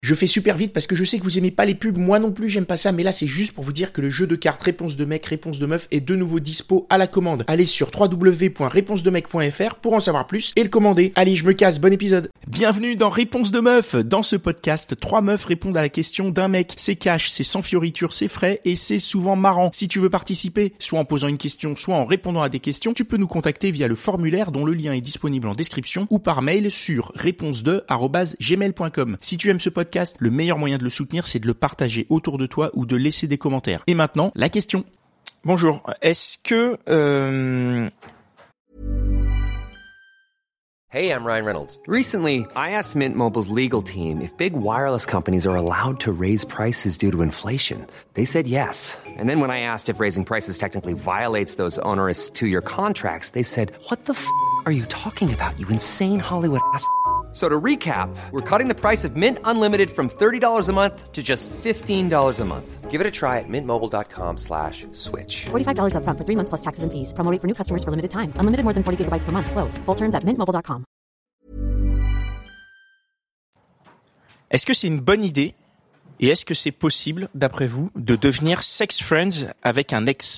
Je fais super vite parce que je sais que vous aimez pas les pubs, moi non plus j'aime pas ça, mais là c'est juste pour vous dire que le jeu de cartes Réponse de mec, Réponse de meuf est de nouveau dispo à la commande. Allez sur www.réponsedemec.fr pour en savoir plus et le commander. Allez, je me casse, bon épisode. Bienvenue dans Réponse de meuf. Dans ce podcast, 3 meufs répondent à la question d'un mec. C'est cash, c'est sans fioriture, c'est frais et c'est souvent marrant. Si tu veux participer, soit en posant une question, soit en répondant à des questions, tu peux nous contacter via le formulaire dont le lien est disponible en description ou par mail sur réponse2@gmail.com. Si tu aimes ce podcast, le meilleur moyen de le soutenir, c'est de le partager autour de toi ou de laisser des commentaires. Et maintenant, la question. Bonjour, est-ce que... Hey, I'm Ryan Reynolds. Recently, I asked Mint Mobile's legal team if big wireless companies are allowed to raise prices due to inflation. They said yes. And then when I asked if raising prices technically violates those onerous two-year contracts, they said, "What the f*** are you talking about, you insane Hollywood ass?" So to recap, we're cutting the price of Mint Unlimited from $30 a month to just $15 a month. Give it a try at mintmobile.com/switch. $45 up front for 3 months plus taxes and fees. Promo rate for new customers for limited time. Unlimited more than 40 gigabytes per month. Slows full terms at mintmobile.com. Est-ce que c'est une bonne idée et est-ce que c'est possible, d'après vous, de devenir sex friends avec un ex ?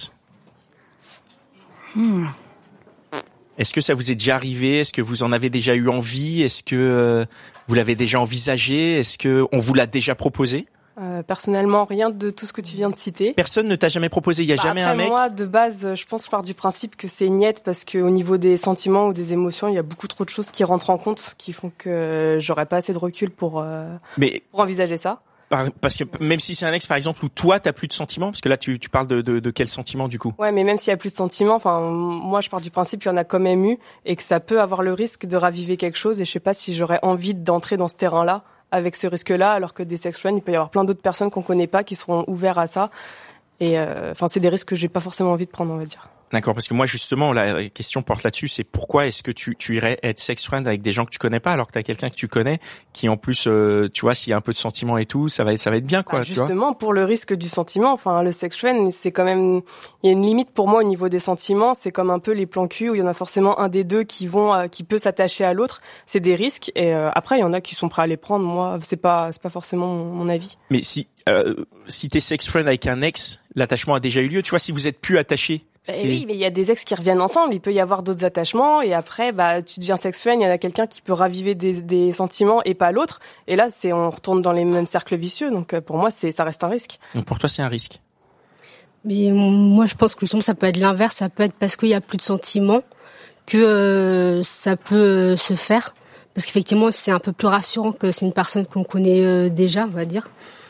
Est-ce que ça vous est déjà arrivé ? Est-ce que vous en avez déjà eu envie ? Est-ce que vous l'avez déjà envisagé ? Est-ce que on vous l'a déjà proposé ? Personnellement, rien de tout ce que tu viens de citer. Personne ne t'a jamais proposé ? Il y a jamais un mec ? Moi, de base, je pense que je pars du principe que c'est niette parce qu'au niveau des sentiments ou des émotions, il y a beaucoup trop de choses qui rentrent en compte qui font que j'aurais pas assez de recul pour envisager ça. Parce que même si c'est un ex, par exemple, où toi, t'as plus de sentiments, parce que là, tu parles de quel sentiment, du coup ? Ouais, mais même s'il y a plus de sentiments, moi, je pars du principe qu'il y en a quand même eu et que ça peut avoir le risque de raviver quelque chose et je sais pas si j'aurais envie d'entrer dans ce terrain-là avec ce risque-là, alors que des sex friends, il peut y avoir plein d'autres personnes qu'on connaît pas qui seront ouverts à ça. Et c'est des risques que j'ai pas forcément envie de prendre, on va dire. D'accord, parce que moi justement la question porte là-dessus, c'est pourquoi est-ce que tu irais être sex friend avec des gens que tu connais pas alors que t'as quelqu'un que tu connais qui en plus tu vois s'il y a un peu de sentiment et tout, ça va être bien quoi, tu vois. Justement pour le risque du sentiment, le sex friend, c'est quand même il y a une limite pour moi au niveau des sentiments, c'est comme un peu les plans cul où il y en a forcément un des deux qui peut s'attacher à l'autre, c'est des risques et après il y en a qui sont prêts à les prendre, moi c'est pas forcément mon avis. Mais si t'es sex friend avec un ex, l'attachement a déjà eu lieu, tu vois, si vous êtes plus attachés. Oui, mais il y a des ex qui reviennent ensemble, il peut y avoir d'autres attachements et après tu deviens sex friend, il y en a quelqu'un qui peut raviver des sentiments et pas l'autre et là on retourne dans les mêmes cercles vicieux donc pour moi ça reste un risque. Donc pour toi c'est un risque. Mais moi je pense que justement ça peut être l'inverse, ça peut être parce qu'il y a plus de sentiments que ça peut se faire parce qu'effectivement c'est un peu plus rassurant que c'est une personne qu'on connaît déjà, on va dire.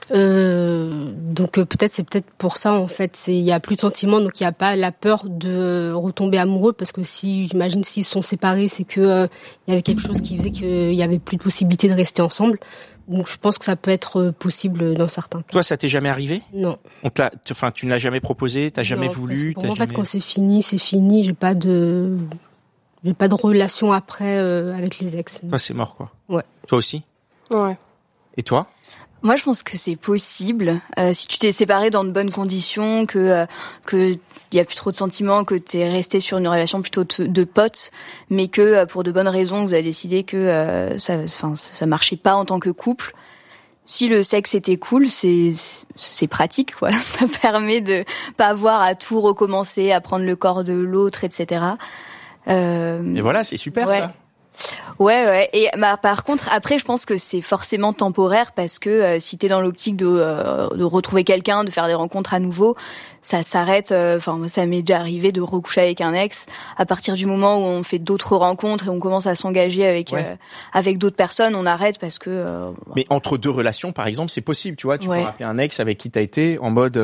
Donc c'est peut-être pour ça en fait, il y a plus de sentiments donc il y a pas la peur de retomber amoureux parce que j'imagine s'ils sont séparés c'est que il y avait quelque chose qui faisait qu'il y avait plus de possibilité de rester ensemble. Donc je pense que ça peut être possible dans certains cas. Toi ça t'est jamais arrivé ? Non. Tu ne l'as jamais proposé, t'as jamais voulu, pour moi, en fait quand c'est fini, j'ai pas de relation après avec les ex. Toi c'est mort quoi. Ouais. Toi aussi ? Ouais. Et toi ? Moi, je pense que c'est possible. Si tu t'es séparé dans de bonnes conditions, que y a plus trop de sentiments, que t'es resté sur une relation plutôt de potes, mais que pour de bonnes raisons, vous avez décidé que ça marchait pas en tant que couple. Si le sexe était cool, c'est pratique, quoi. Ça permet de pas avoir à tout recommencer, à prendre le corps de l'autre, etc. Et voilà, c'est super ouais. Ça. Ouais. Et par contre, après, je pense que c'est forcément temporaire parce que si t'es dans l'optique de retrouver quelqu'un, de faire des rencontres à nouveau, ça s'arrête. Ça m'est déjà arrivé de recoucher avec un ex. À partir du moment où on fait d'autres rencontres et on commence à s'engager avec d'autres personnes, on arrête parce que. Mais entre deux relations, par exemple, c'est possible, tu vois. Tu peux rappeler un ex avec qui t'as été en mode.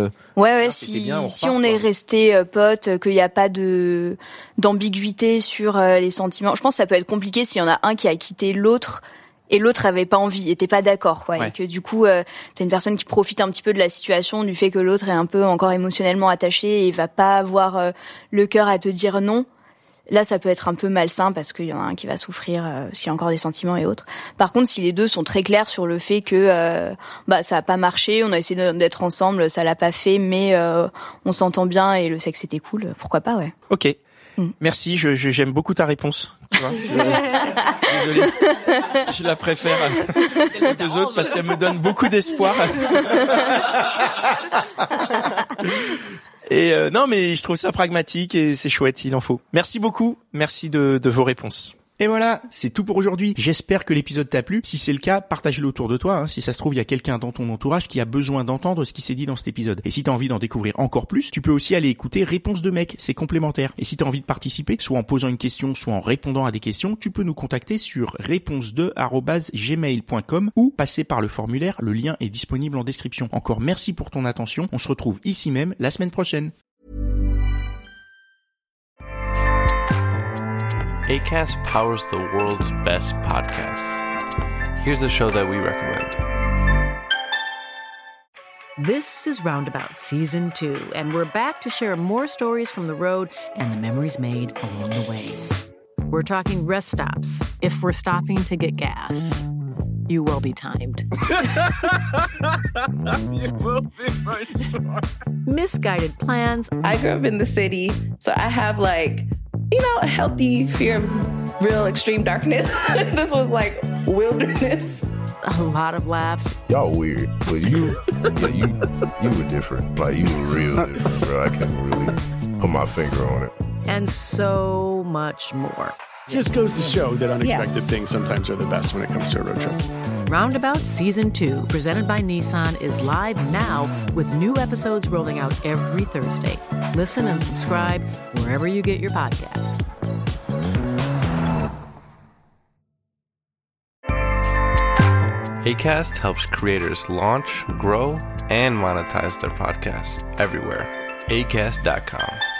Si on est resté potes, qu'il n'y a pas d'ambiguïté sur les sentiments. Je pense que ça peut être compliqué s'il y en a un qui a quitté l'autre et l'autre avait pas envie, était pas d'accord, quoi. Ouais. Et que du coup, t'as une personne qui profite un petit peu de la situation, du fait que l'autre est un peu encore émotionnellement attaché et va pas avoir le cœur à te dire non. Là, ça peut être un peu malsain parce qu'il y en a un qui va souffrir s'il y a encore des sentiments et autres. Par contre, si les deux sont très clairs sur le fait que ça a pas marché, on a essayé d'être ensemble, ça l'a pas fait, mais on s'entend bien et le sexe était cool, pourquoi pas, ouais. Ok. Merci, j'aime beaucoup ta réponse. Tu vois, désolé, je la préfère aux deux autres parce qu'elle me donne beaucoup d'espoir. Et non, mais je trouve ça pragmatique et c'est chouette, il en faut. Merci beaucoup, merci de vos réponses. Et voilà, c'est tout pour aujourd'hui. J'espère que l'épisode t'a plu. Si c'est le cas, partage-le autour de toi. Si ça se trouve, il y a quelqu'un dans ton entourage qui a besoin d'entendre ce qui s'est dit dans cet épisode. Et si t'as envie d'en découvrir encore plus, tu peux aussi aller écouter Réponse de mec, c'est complémentaire. Et si t'as envie de participer, soit en posant une question, soit en répondant à des questions, tu peux nous contacter sur réponse2@gmail.com ou passer par le formulaire. Le lien est disponible en description. Encore merci pour ton attention. On se retrouve ici même la semaine prochaine. Acast powers the world's best podcasts. Here's a show that we recommend. This is Roundabout Season 2, and we're back to share more stories from the road and the memories made along the way. We're talking rest stops. If we're stopping to get gas, you will be timed. You will be for sure. Misguided plans. I grew up in the city, so I have a healthy fear of real extreme darkness. This was like wilderness. A lot of laughs. Y'all weird, but you were different. Like, you were real different, bro. I can't really put my finger on it. And so much more. Just goes to show that unexpected things sometimes are the best when it comes to a road trip. Roundabout Season 2, presented by Nissan, is live now with new episodes rolling out every Thursday. Listen and subscribe wherever you get your podcasts. Acast helps creators launch, grow, and monetize their podcasts everywhere. Acast.com.